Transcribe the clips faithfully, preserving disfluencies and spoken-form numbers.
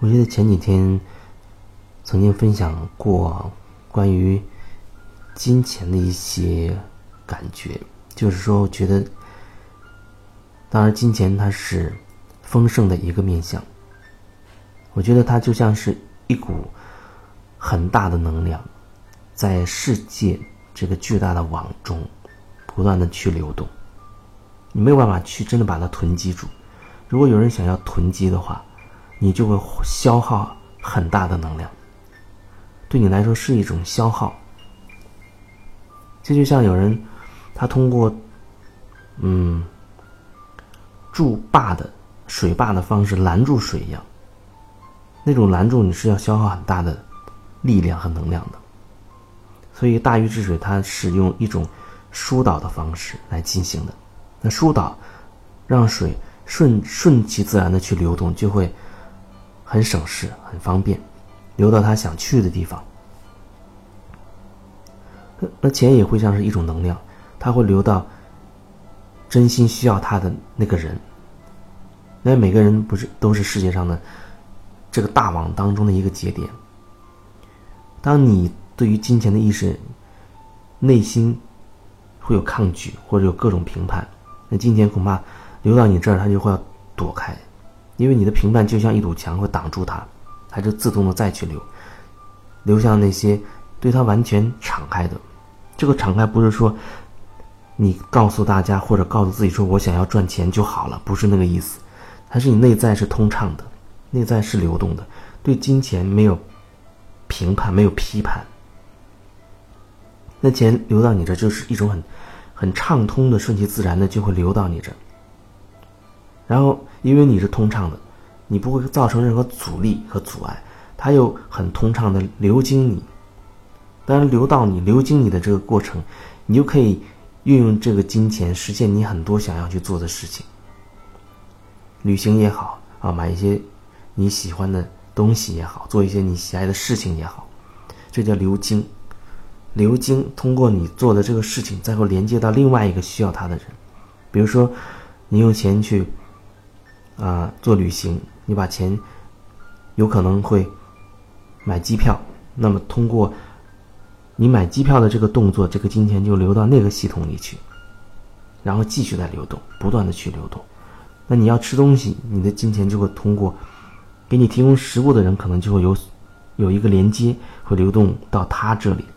我记得前几天曾经分享过关于金钱的一些感觉，就是说我觉得当然金钱它是丰盛的一个面向，我觉得它就像是一股很大的能量，在世界这个巨大的网中不断的去流动，你没有办法去真的把它囤积住。如果有人想要囤积的话，你就会消耗很大的能量，对你来说是一种消耗。这就像有人他通过嗯筑坝的水坝的方式拦住水一样，那种拦住你是要消耗很大的力量和能量的。所以大禹治水它是用一种疏导的方式来进行的，那疏导让水顺顺其自然的去流动，就会很省事很方便，流到它想去的地方。那钱也会像是一种能量，它会流到真心需要它的那个人。那每个人不是都是世界上的这个大网当中的一个节点。当你对于金钱的意识内心会有抗拒或者有各种评判，那金钱恐怕流到你这儿它就会要躲开，因为你的评判就像一堵墙会挡住它，它就自动的再去流流向那些对它完全敞开的。这个敞开不是说你告诉大家或者告诉自己说我想要赚钱就好了，不是那个意思，它是你内在是通畅的，内在是流动的，对金钱没有评判没有批判，那钱流到你这就是一种很很畅通的，顺其自然的就会流到你这。然后因为你是通畅的，你不会造成任何阻力和阻碍，它又很通畅的流经你。当然流到你流经你的这个过程，你就可以运用这个金钱实现你很多想要去做的事情，旅行也好啊，买一些你喜欢的东西也好，做一些你喜爱的事情也好，这叫流经。流经通过你做的这个事情再会连接到另外一个需要它的人。比如说你用钱去啊、呃、做旅行，你把钱有可能会买机票，那么通过你买机票的这个动作，这个金钱就流到那个系统里去，然后继续再流动，不断的去流动。那你要吃东西，你的金钱就会通过给你提供食物的人可能就会有有一个连接，会流动到他这里。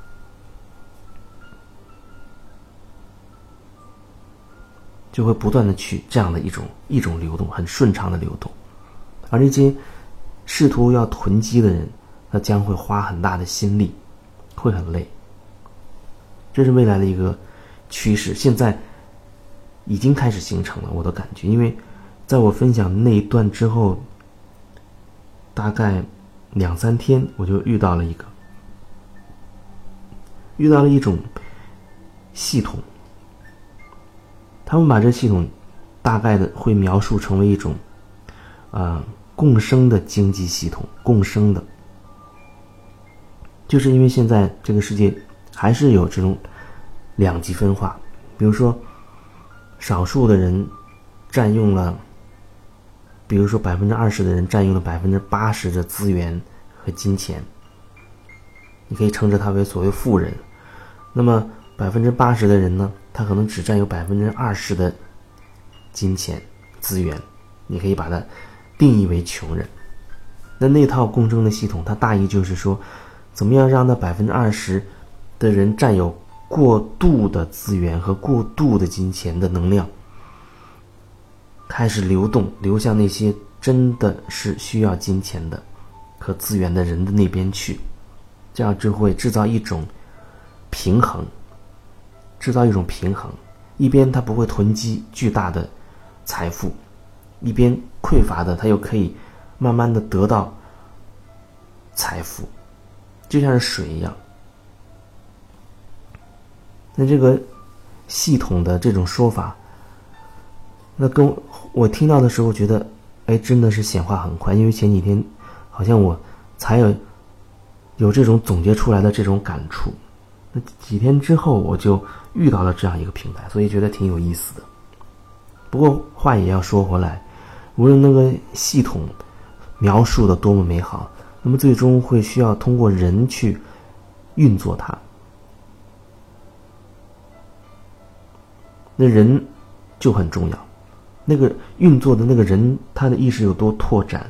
就会不断的去这样的一种一种流动，很顺畅的流动。而这些试图要囤积的人，他将会花很大的心力，会很累。这是未来的一个趋势，现在已经开始形成了，我的感觉。因为在我分享那一段之后大概两三天，我就遇到了一个遇到了一种系统，他们把这系统大概的会描述成为一种呃共生的经济系统，共生的。就是因为现在这个世界还是有这种两极分化，比如说少数的人占用了，比如说百分之二十的人占用了百分之八十的资源和金钱，你可以称之他为所谓富人。那么百分之八十的人呢，他可能只占有百分之二十的金钱资源，你可以把它定义为穷人。那那套共生的系统，它大意就是说，怎么样让那百分之二十的人占有过度的资源和过度的金钱的能量，开始流动，流向那些真的是需要金钱的和资源的人的那边去，这样就会制造一种平衡。制造一种平衡，一边它不会囤积巨大的财富，一边匮乏的它又可以慢慢的得到财富，就像是水一样。那这个系统的这种说法，那跟我我听到的时候觉得，哎，真的是显化很快。因为前几天好像我才有有这种总结出来的这种感触，那几天之后我就遇到了这样一个平台，所以觉得挺有意思的。不过话也要说回来，无论那个系统描述的多么美好，那么最终会需要通过人去运作它。那人就很重要，那个运作的那个人，他的意识有多拓展，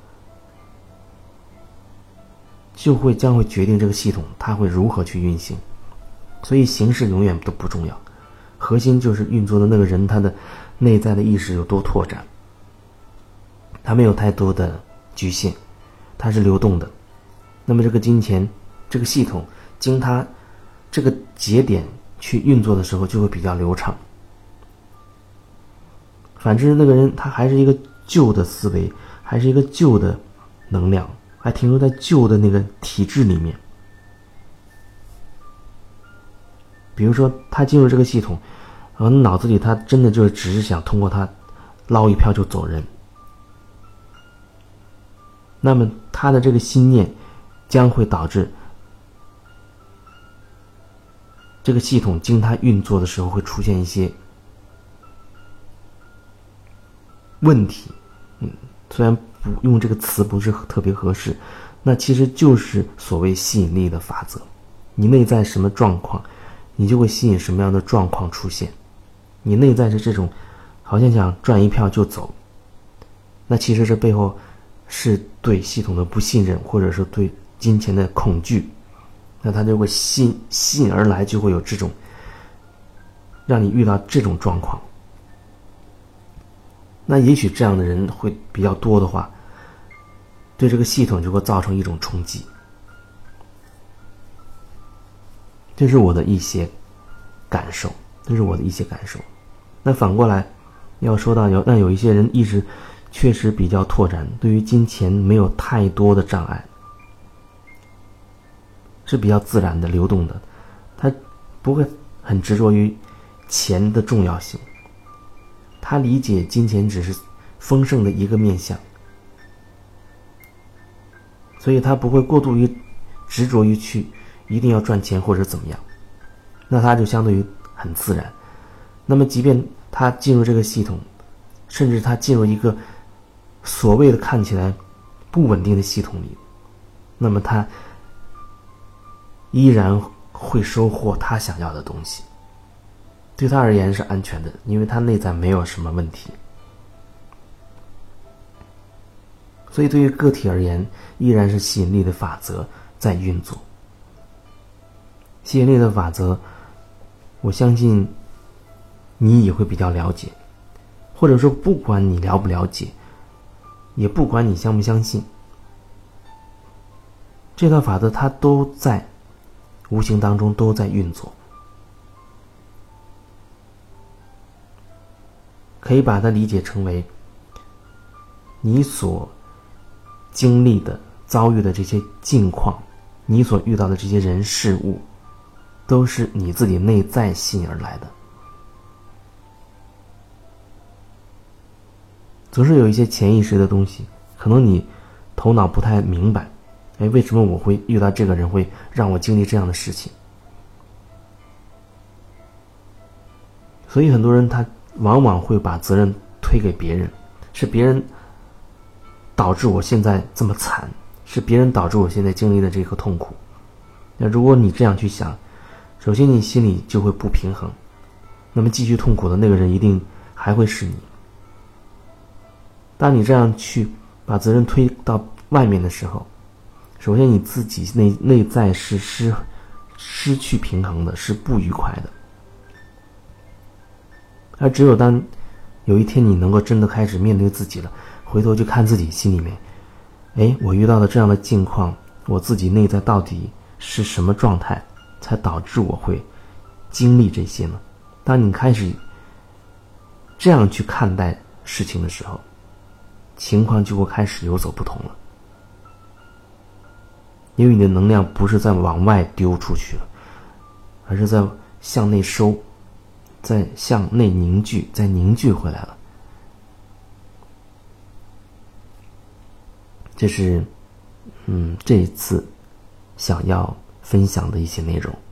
就会将会决定这个系统它会如何去运行。所以形式永远都不重要，核心就是运作的那个人他的内在的意识有多拓展，他没有太多的局限，它是流动的。那么这个金钱这个系统经它这个节点去运作的时候就会比较流畅。反之那个人他还是一个旧的思维，还是一个旧的能量，还停留在旧的那个体制里面。比如说他进入这个系统，然后脑子里他真的就只是想通过他捞一票就走人，那么他的这个心念将会导致这个系统经他运作的时候会出现一些问题。嗯，虽然不用这个词不是特别合适，那其实就是所谓吸引力的法则。你内在什么状况，你就会吸引什么样的状况出现。你内在是这种好像想赚一票就走，那其实这背后是对系统的不信任，或者是对金钱的恐惧，那他就会吸吸引而来，就会有这种让你遇到这种状况。那也许这样的人会比较多的话，对这个系统就会造成一种冲击。这是我的一些感受，这是我的一些感受。那反过来要说到有那有一些人意识确实比较拓展，对于金钱没有太多的障碍，是比较自然的流动的，他不会很执着于钱的重要性，他理解金钱只是丰盛的一个面向，所以他不会过度于执着于去一定要赚钱或者怎么样，那他就相对于很自然。那么即便他进入这个系统，甚至他进入一个所谓的看起来不稳定的系统里，那么他依然会收获他想要的东西，对他而言是安全的，因为他内在没有什么问题。所以对于个体而言，依然是吸引力的法则在运作。吸引力的法则，我相信你也会比较了解，或者说不管你了不了解，也不管你相不相信，这套法则它都在无形当中都在运作。可以把它理解成为你所经历的遭遇的这些境况，你所遇到的这些人事物，都是你自己内在吸引而来的。总是有一些潜意识的东西，可能你头脑不太明白，哎，为什么我会遇到这个人会让我经历这样的事情。所以很多人他往往会把责任推给别人，是别人导致我现在这么惨，是别人导致我现在经历的这个痛苦。那如果你这样去想，首先你心里就会不平衡，那么继续痛苦的那个人一定还会是你。当你这样去把责任推到外面的时候，首先你自己内内在是失失去平衡的，是不愉快的。而只有当有一天你能够真的开始面对自己了，回头去看自己心里面，哎，我遇到的这样的境况，我自己内在到底是什么状态，才导致我会经历这些呢？当你开始这样去看待事情的时候，情况就会开始有所不同了。因为你的能量不是在往外丢出去了，而是在向内收，在向内凝聚，再凝聚回来了。这是嗯这一次想要分享的一些内容。